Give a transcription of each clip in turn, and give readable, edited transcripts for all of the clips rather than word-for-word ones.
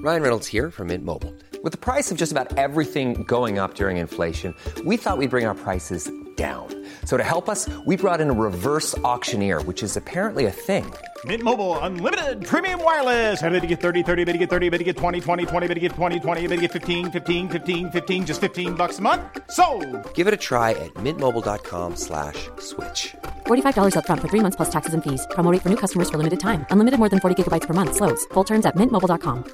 Ryan Reynolds here from Mint Mobile. With the price of just about everything going up during inflation, we thought we'd bring our prices down. So to help us, we brought in a reverse auctioneer, which is apparently a thing. Mint Mobile Unlimited Premium Wireless. How to get 30, 30, bit to get 30, bit to get 20, 20, 20, bit to get 20, 20, bit to get 15, 15, 15, 15, just $15 a month? Sold! Give it a try at mintmobile.com/switch. $45 up front for 3 months plus taxes and fees. Promo rate for new customers for limited time. Unlimited more than 40 gigabytes per month. Slows full terms at mintmobile.com.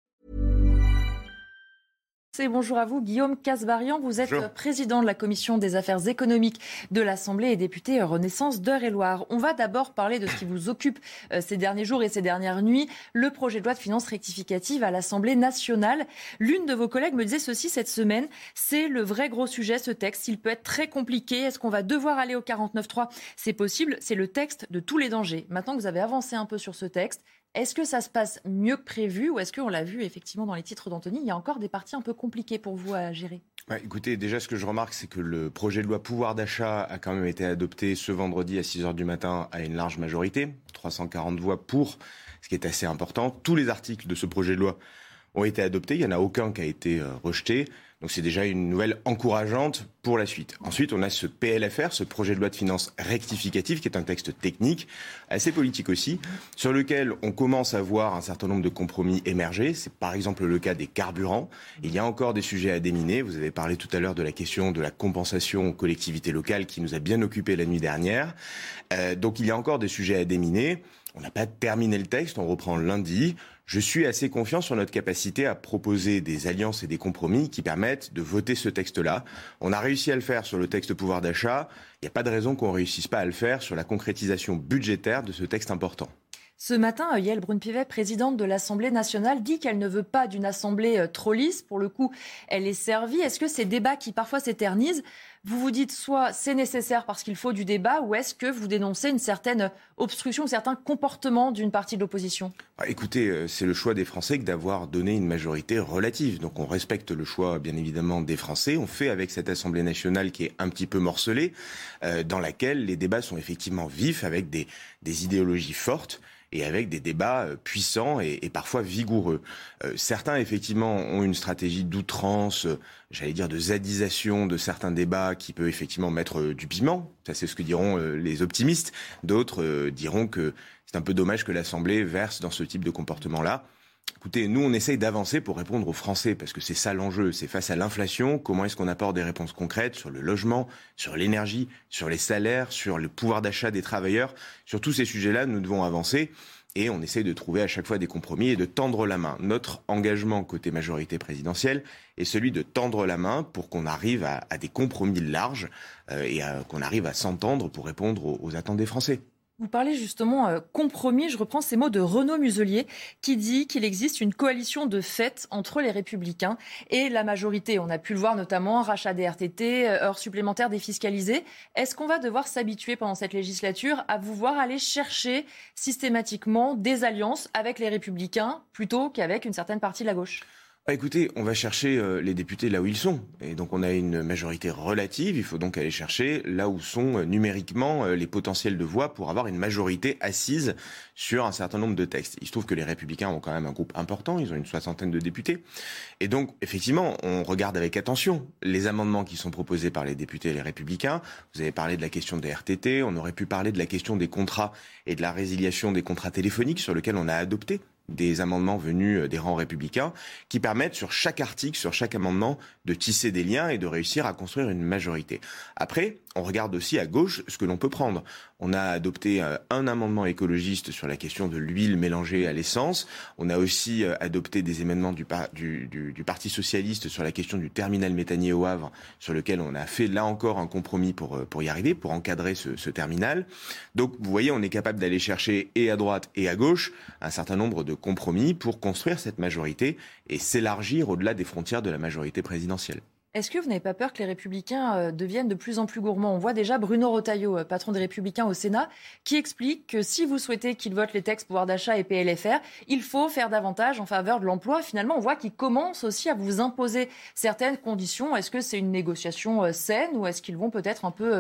Bonjour à vous, Guillaume Kasbarian. Vous êtes président de la commission des affaires économiques de l'Assemblée et député Renaissance d'Eure-et-Loir. On va d'abord parler de ce qui vous occupe ces derniers jours et ces dernières nuits, le projet de loi de finances rectificative à l'Assemblée nationale. L'une de vos collègues me disait ceci cette semaine, c'est le vrai gros sujet, ce texte. Il peut être très compliqué. Est-ce qu'on va devoir aller au 49.3 ? C'est possible, c'est le texte de tous les dangers. Maintenant que vous avez avancé un peu sur ce texte, est-ce que ça se passe mieux que prévu ou est-ce qu'on l'a vu effectivement dans les titres d'Anthony, il y a encore des parties un peu compliquées pour vous à gérer ? Écoutez, déjà ce que je remarque, c'est que le projet de loi pouvoir d'achat a quand même été adopté ce vendredi à 6h du matin à une large majorité, 340 voix pour, ce qui est assez important. Tous les articles de ce projet de loi ont été adoptés, il n'y en a aucun qui a été rejeté. Donc c'est déjà une nouvelle encourageante pour la suite. Ensuite, on a ce PLFR, ce projet de loi de finances rectificative, qui est un texte technique, assez politique aussi, sur lequel on commence à voir un certain nombre de compromis émerger. C'est par exemple le cas des carburants. Il y a encore des sujets à déminer. Vous avez parlé tout à l'heure de la question de la compensation aux collectivités locales qui nous a bien occupé la nuit dernière. Donc il y a encore des sujets à déminer. On n'a pas terminé le texte, on reprend lundi. Je suis assez confiant sur notre capacité à proposer des alliances et des compromis qui permettent de voter ce texte-là. On a réussi à le faire sur le texte pouvoir d'achat. Il n'y a pas de raison qu'on ne réussisse pas à le faire sur la concrétisation budgétaire de ce texte important. Ce matin, Yaël Braun-Pivet, présidente de l'Assemblée nationale, dit qu'elle ne veut pas d'une assemblée trop lisse. Pour le coup, elle est servie. Est-ce que ces débats qui parfois s'éternisent, vous vous dites soit c'est nécessaire parce qu'il faut du débat, ou est-ce que vous dénoncez une certaine obstruction ou certains comportements d'une partie de l'opposition ? Écoutez, c'est le choix des Français que d'avoir donné une majorité relative. Donc on respecte le choix, bien évidemment, des Français. On fait avec cette Assemblée nationale qui est un petit peu morcelée, dans laquelle les débats sont effectivement vifs, avec des idéologies fortes, et avec des débats puissants et parfois vigoureux. Certains, effectivement, ont une stratégie d'outrance, j'allais dire de zadisation de certains débats qui peut effectivement mettre du piment. Ça, c'est ce que diront les optimistes. D'autres diront que c'est un peu dommage que l'Assemblée verse dans ce type de comportement-là. Écoutez, nous, on essaye d'avancer pour répondre aux Français, parce que c'est ça l'enjeu. C'est face à l'inflation, comment est-ce qu'on apporte des réponses concrètes sur le logement, sur l'énergie, sur les salaires, sur le pouvoir d'achat des travailleurs. Sur tous ces sujets-là, nous devons avancer et on essaye de trouver à chaque fois des compromis et de tendre la main. Notre engagement côté majorité présidentielle est celui de tendre la main pour qu'on arrive à des compromis larges et qu'on arrive à s'entendre pour répondre aux attentes des Français. Vous parlez justement compromis, je reprends ces mots de Renaud Muselier qui dit qu'il existe une coalition de fait entre les Républicains et la majorité. On a pu le voir notamment, rachat des RTT, heures supplémentaires défiscalisées. Est-ce qu'on va devoir s'habituer pendant cette législature à vous voir aller chercher systématiquement des alliances avec les Républicains plutôt qu'avec une certaine partie de la gauche ? Écoutez, on va chercher les députés là où ils sont. Et donc on a une majorité relative. Il faut donc aller chercher là où sont numériquement les potentiels de voix pour avoir une majorité assise sur un certain nombre de textes. Il se trouve que les Républicains ont quand même un groupe important. Ils ont une 60aine de députés. Et donc, effectivement, on regarde avec attention les amendements qui sont proposés par les députés et les Républicains. Vous avez parlé de la question des RTT. On aurait pu parler de la question des contrats et de la résiliation des contrats téléphoniques sur lesquels on a adopté des amendements venus des rangs républicains qui permettent sur chaque article, sur chaque amendement, de tisser des liens et de réussir à construire une majorité. Après, on regarde aussi à gauche ce que l'on peut prendre. On a adopté un amendement écologiste sur la question de l'huile mélangée à l'essence. On a aussi adopté des amendements du Parti socialiste sur la question du terminal méthanier au Havre, sur lequel on a fait là encore un compromis pour y arriver, pour encadrer ce terminal. Donc vous voyez, on est capable d'aller chercher et à droite et à gauche un certain nombre de compromis pour construire cette majorité et s'élargir au-delà des frontières de la majorité présidentielle. Est-ce que vous n'avez pas peur que les Républicains deviennent de plus en plus gourmands ? On voit déjà Bruno Retailleau, patron des Républicains au Sénat, qui explique que si vous souhaitez qu'ils votent les textes pouvoir d'achat et PLFR, il faut faire davantage en faveur de l'emploi. Finalement, on voit qu'ils commencent aussi à vous imposer certaines conditions. Est-ce que c'est une négociation saine ou est-ce qu'ils vont peut-être un peu trop loin ?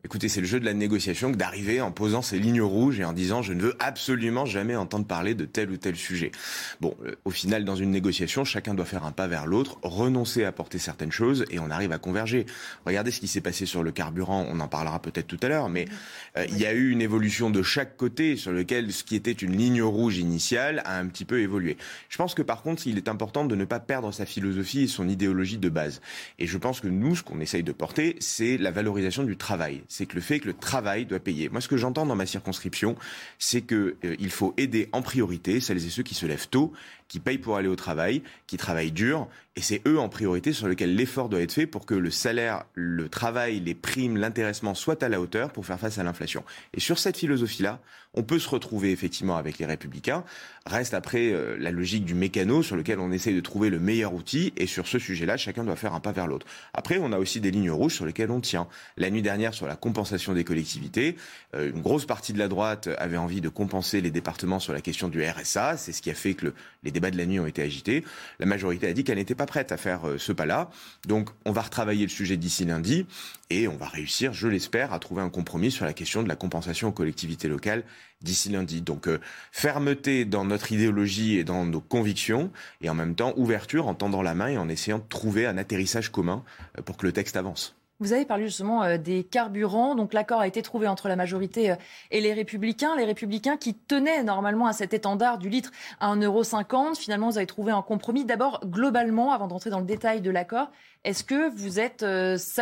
Écoutez, c'est le jeu de la négociation que d'arriver en posant ces lignes rouges et en disant je ne veux absolument jamais entendre parler de tel ou tel sujet. Bon, au final, dans une négociation, chacun doit faire un pas vers l'autre, renoncer à porter certaines choses et on arrive à converger. Regardez ce qui s'est passé sur le carburant, on en parlera peut-être tout à l'heure, mais il y a eu une évolution de chaque côté sur lequel ce qui était une ligne rouge initiale a un petit peu évolué. Je pense que par contre, il est important de ne pas perdre sa philosophie et son idéologie de base. Et je pense que nous, ce qu'on essaye de porter, c'est la valorisation du travail. C'est que le fait que le travail doit payer. Moi, ce que j'entends dans ma circonscription, c'est que il faut aider en priorité celles et ceux qui se lèvent tôt, qui payent pour aller au travail, qui travaillent dur, et c'est eux en priorité sur lesquels l'effort doit être fait pour que le salaire, le travail, les primes, l'intéressement soient à la hauteur pour faire face à l'inflation. Et sur cette philosophie-là, on peut se retrouver effectivement avec les Républicains. Reste après la logique du mécano sur lequel on essaye de trouver le meilleur outil, et sur ce sujet-là, chacun doit faire un pas vers l'autre. Après, on a aussi des lignes rouges sur lesquelles on tient. La nuit dernière, sur la compensation des collectivités, une grosse partie de la droite avait envie de compenser les départements sur la question du RSA. C'est ce qui a fait que les débats de la nuit ont été agités. La majorité a dit qu'elle n'était pas prête à faire ce pas-là. Donc, on va retravailler le sujet d'ici lundi et on va réussir, je l'espère, à trouver un compromis sur la question de la compensation aux collectivités locales d'ici lundi. Donc, fermeté dans notre idéologie et dans nos convictions et en même temps ouverture en tendant la main et en essayant de trouver un atterrissage commun pour que le texte avance. Vous avez parlé justement des carburants. Donc l'accord a été trouvé entre la majorité et les Républicains. Les Républicains qui tenaient normalement à cet étendard du litre à 1,50 €. Finalement, vous avez trouvé un compromis. D'abord, globalement, avant d'entrer dans le détail de l'accord, est-ce que vous êtes satisfait ?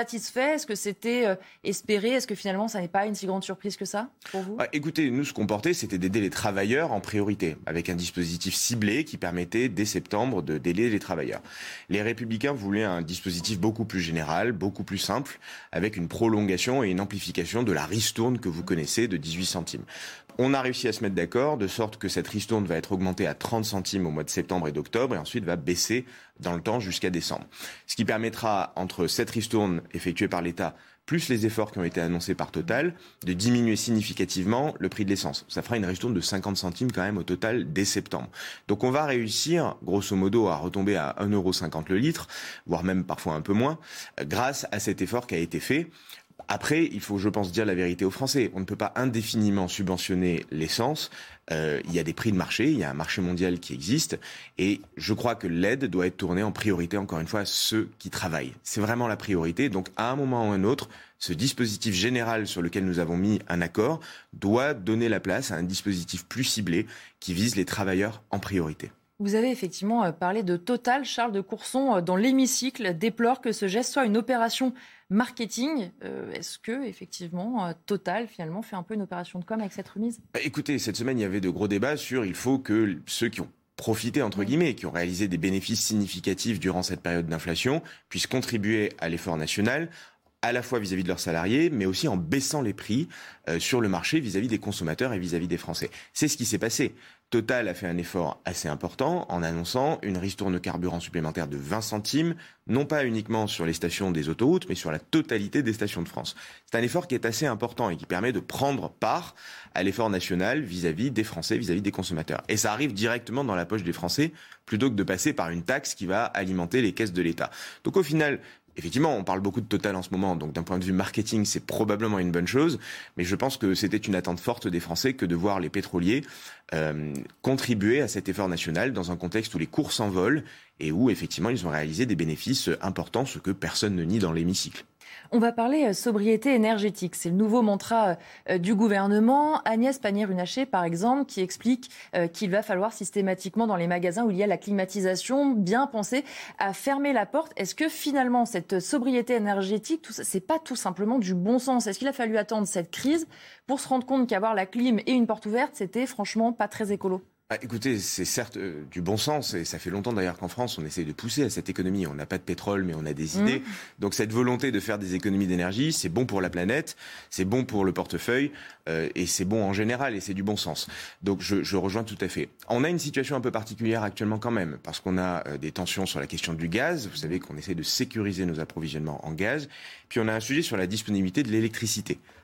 Est-ce que c'était espéré ? Est-ce que finalement, ça n'est pas une si grande surprise que ça pour vous ? Écoutez, nous, ce qu'on portait, c'était d'aider les travailleurs en priorité, avec un dispositif ciblé qui permettait, dès septembre, d'aider les travailleurs. Les Républicains voulaient un dispositif beaucoup plus général, beaucoup plus simple, avec une prolongation et une amplification de la ristourne que vous connaissez de 18 centimes. On a réussi à se mettre d'accord, de sorte que cette ristourne va être augmentée à 30 centimes au mois de septembre et d'octobre, et ensuite va baisser dans le temps jusqu'à décembre. Ce qui permettra, entre cette ristourne effectuée par l'État, plus les efforts qui ont été annoncés par Total, de diminuer significativement le prix de l'essence. Ça fera une ristourne de 50 centimes quand même au total dès septembre. Donc on va réussir, grosso modo, à retomber à 1,50 € le litre, voire même parfois un peu moins, grâce à cet effort qui a été fait. Après, il faut, je pense, dire la vérité aux Français. On ne peut pas indéfiniment subventionner l'essence. Il y a des prix de marché, il y a un marché mondial qui existe. Et je crois que l'aide doit être tournée en priorité, encore une fois, à ceux qui travaillent. C'est vraiment la priorité. Donc, à un moment ou à un autre, ce dispositif général sur lequel nous avons mis un accord doit donner la place à un dispositif plus ciblé qui vise les travailleurs en priorité. Vous avez effectivement parlé de Total. Charles de Courson, dans l'hémicycle, déplore que ce geste soit une opération marketing. Est-ce que, effectivement, Total, finalement, fait un peu une opération de com' avec cette remise ? Écoutez, cette semaine, il y avait de gros débats sur il faut que ceux qui ont profité, entre guillemets, qui ont réalisé des bénéfices significatifs durant cette période d'inflation, puissent contribuer à l'effort national, à la fois vis-à-vis de leurs salariés, mais aussi en baissant les prix sur le marché vis-à-vis des consommateurs et vis-à-vis des Français. C'est ce qui s'est passé. Total a fait un effort assez important en annonçant une ristourne carburant supplémentaire de 20 centimes, non pas uniquement sur les stations des autoroutes, mais sur la totalité des stations de France. C'est un effort qui est assez important et qui permet de prendre part à l'effort national vis-à-vis des Français, vis-à-vis des consommateurs. Et ça arrive directement dans la poche des Français, plutôt que de passer par une taxe qui va alimenter les caisses de l'État. Donc au final, effectivement, on parle beaucoup de Total en ce moment, donc d'un point de vue marketing, c'est probablement une bonne chose, mais je pense que c'était une attente forte des Français que de voir les pétroliers contribuer à cet effort national dans un contexte où les cours s'envolent et où, effectivement, ils ont réalisé des bénéfices importants, ce que personne ne nie dans l'hémicycle. On va parler sobriété énergétique. C'est le nouveau mantra du gouvernement. Agnès Pannier-Runacher, par exemple, qui explique qu'il va falloir systématiquement, dans les magasins où il y a la climatisation, bien penser à fermer la porte. Est-ce que finalement, cette sobriété énergétique, c'est pas tout simplement du bon sens ? Est-ce qu'il a fallu attendre cette crise pour se rendre compte qu'avoir la clim et une porte ouverte, c'était franchement pas très écolo ? Écoutez, c'est certes du bon sens, et ça fait longtemps d'ailleurs qu'en France, on essaie de pousser à cette économie. On n'a pas de pétrole, mais on a des idées. Donc cette volonté de faire des économies d'énergie, c'est bon pour la planète, c'est bon pour le portefeuille, et c'est bon en général, et c'est du bon sens. Donc je rejoins tout à fait. On a une situation un peu particulière actuellement quand même, parce qu'on a des tensions sur la question du gaz. Vous savez qu'on essaie de sécuriser nos approvisionnements en gaz. Puis on a un sujet sur la disponibilité de l'électricité.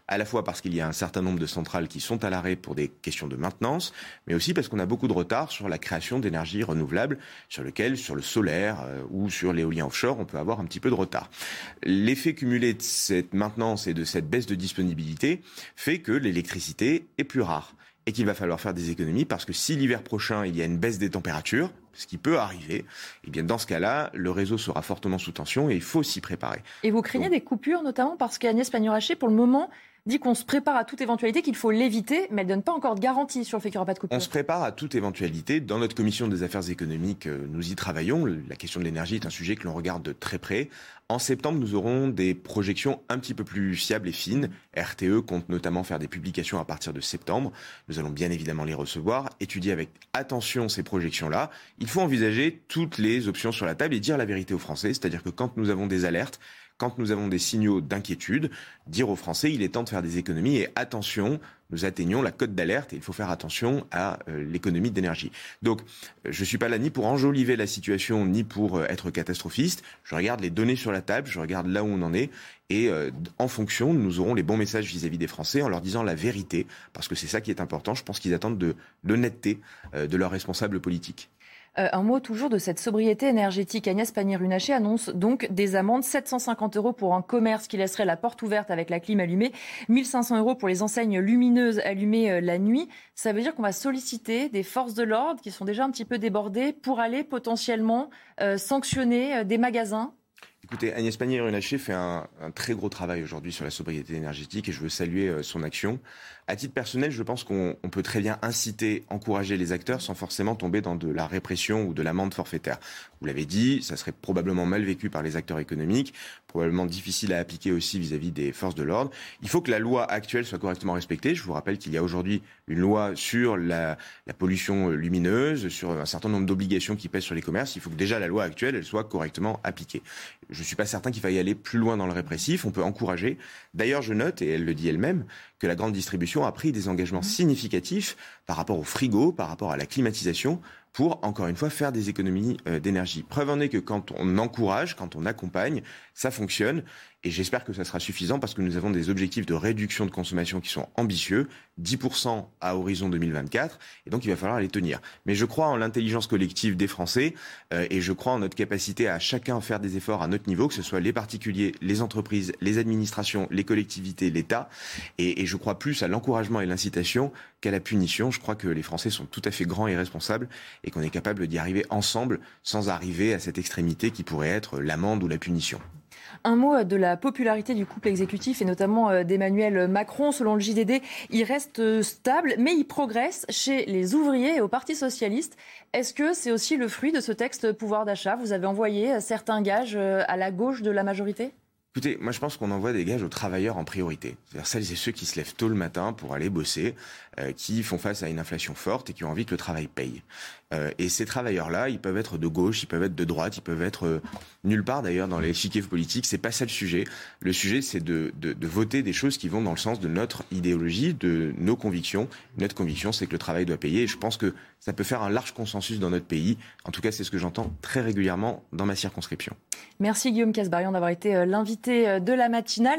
à la fois parce qu'il y a un certain nombre de centrales qui sont à l'arrêt pour des questions de maintenance, mais aussi parce qu'on a beaucoup de retard sur la création d'énergie renouvelable, sur le solaire ou sur l'éolien offshore, on peut avoir un petit peu de retard. L'effet cumulé de cette maintenance et de cette baisse de disponibilité fait que l'électricité est plus rare et qu'il va falloir faire des économies parce que si l'hiver prochain il y a une baisse des températures, ce qui peut arriver, eh bien dans ce cas-là, le réseau sera fortement sous tension et il faut s'y préparer. Et vous craignez des coupures, notamment parce qu'Agnès Pannier-Runacher, pour le moment, dit qu'on se prépare à toute éventualité, qu'il faut l'éviter, mais elle ne donne pas encore de garantie sur le fait qu'il n'y aura pas de coupure. On se prépare à toute éventualité. Dans notre commission des affaires économiques, nous y travaillons. La question de l'énergie est un sujet que l'on regarde de très près. En septembre, nous aurons des projections un petit peu plus fiables et fines. RTE compte notamment faire des publications à partir de septembre. Nous allons bien évidemment les recevoir, étudier avec attention ces projections-là. Il faut envisager toutes les options sur la table et dire la vérité aux Français. C'est-à-dire que quand nous avons des alertes, quand nous avons des signaux d'inquiétude, dire aux Français, il est temps de faire des économies et attention, nous atteignons la cote d'alerte et il faut faire attention à l'économie d'énergie. Donc, je ne suis pas là ni pour enjoliver la situation, ni pour être catastrophiste. Je regarde les données sur la table, je regarde là où on en est et en fonction, nous aurons les bons messages vis-à-vis des Français en leur disant la vérité, parce que c'est ça qui est important. Je pense qu'ils attendent de l'honnêteté de leurs responsables politiques. Un mot toujours de cette sobriété énergétique. Agnès Pannier-Runacher annonce donc des amendes, 750 € pour un commerce qui laisserait la porte ouverte avec la clim allumée, 1500 € pour les enseignes lumineuses allumées la nuit. Ça veut dire qu'on va solliciter des forces de l'ordre qui sont déjà un petit peu débordées pour aller potentiellement sanctionner des magasins. Écoutez, Agnès Pannier-Runacher fait un très gros travail aujourd'hui sur la sobriété énergétique et je veux saluer son action. À titre personnel, je pense qu'on peut très bien inciter, encourager les acteurs sans forcément tomber dans de la répression ou de l'amende forfaitaire. Vous l'avez dit, ça serait probablement mal vécu par les acteurs économiques, probablement difficile à appliquer aussi vis-à-vis des forces de l'ordre. Il faut que la loi actuelle soit correctement respectée. Je vous rappelle qu'il y a aujourd'hui une loi sur la pollution lumineuse, sur un certain nombre d'obligations qui pèsent sur les commerces. Il faut que déjà la loi actuelle, elle soit correctement appliquée. Je ne suis pas certain qu'il faille aller plus loin dans le répressif. On peut encourager. D'ailleurs, je note, et elle le dit elle-même, que la grande distribution a pris des engagements significatifs par rapport au frigo, par rapport à la climatisation, pour, encore une fois, faire des économies d'énergie. Preuve en est que quand on encourage, quand on accompagne, ça fonctionne. Et j'espère que ça sera suffisant parce que nous avons des objectifs de réduction de consommation qui sont ambitieux, 10% à horizon 2024, et donc il va falloir les tenir. Mais je crois en l'intelligence collective des Français et je crois en notre capacité à chacun faire des efforts à notre niveau, que ce soit les particuliers, les entreprises, les administrations, les collectivités, l'État. Et je crois plus à l'encouragement et l'incitation qu'à la punition. Je crois que les Français sont tout à fait grands et responsables et qu'on est capable d'y arriver ensemble sans arriver à cette extrémité qui pourrait être l'amende ou la punition. Un mot de la popularité du couple exécutif et notamment d'Emmanuel Macron. Selon le JDD, il reste stable, mais il progresse chez les ouvriers et au Parti socialiste. Est-ce que c'est aussi le fruit de ce texte pouvoir d'achat ? Vous avez envoyé certains gages à la gauche de la majorité ? Écoutez, moi je pense qu'on envoie des gages aux travailleurs en priorité. C'est-à-dire celles et ceux qui se lèvent tôt le matin pour aller bosser, qui font face à une inflation forte et qui ont envie que le travail paye. Et ces travailleurs-là, ils peuvent être de gauche, ils peuvent être de droite, ils peuvent être nulle part d'ailleurs dans l'échiquier politique. C'est pas ça le sujet. Le sujet, c'est de voter des choses qui vont dans le sens de notre idéologie, de nos convictions. Notre conviction, c'est que le travail doit payer. Et je pense que ça peut faire un large consensus dans notre pays. En tout cas, c'est ce que j'entends très régulièrement dans ma circonscription. Merci Guillaume Casbarian d'avoir été l'invité de la matinale.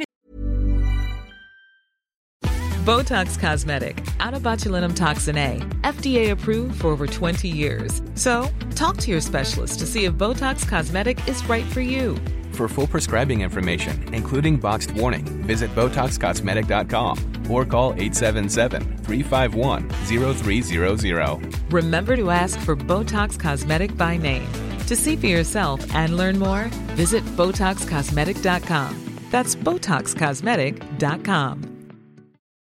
Botox Cosmetic, out of botulinum toxin A, FDA approved for over 20 years. So, talk to your specialist to see if Botox Cosmetic is right for you. For full prescribing information, including boxed warning, visit BotoxCosmetic.com or call 877-351-0300. Remember to ask for Botox Cosmetic by name. To see for yourself and learn more, visit BotoxCosmetic.com. That's BotoxCosmetic.com.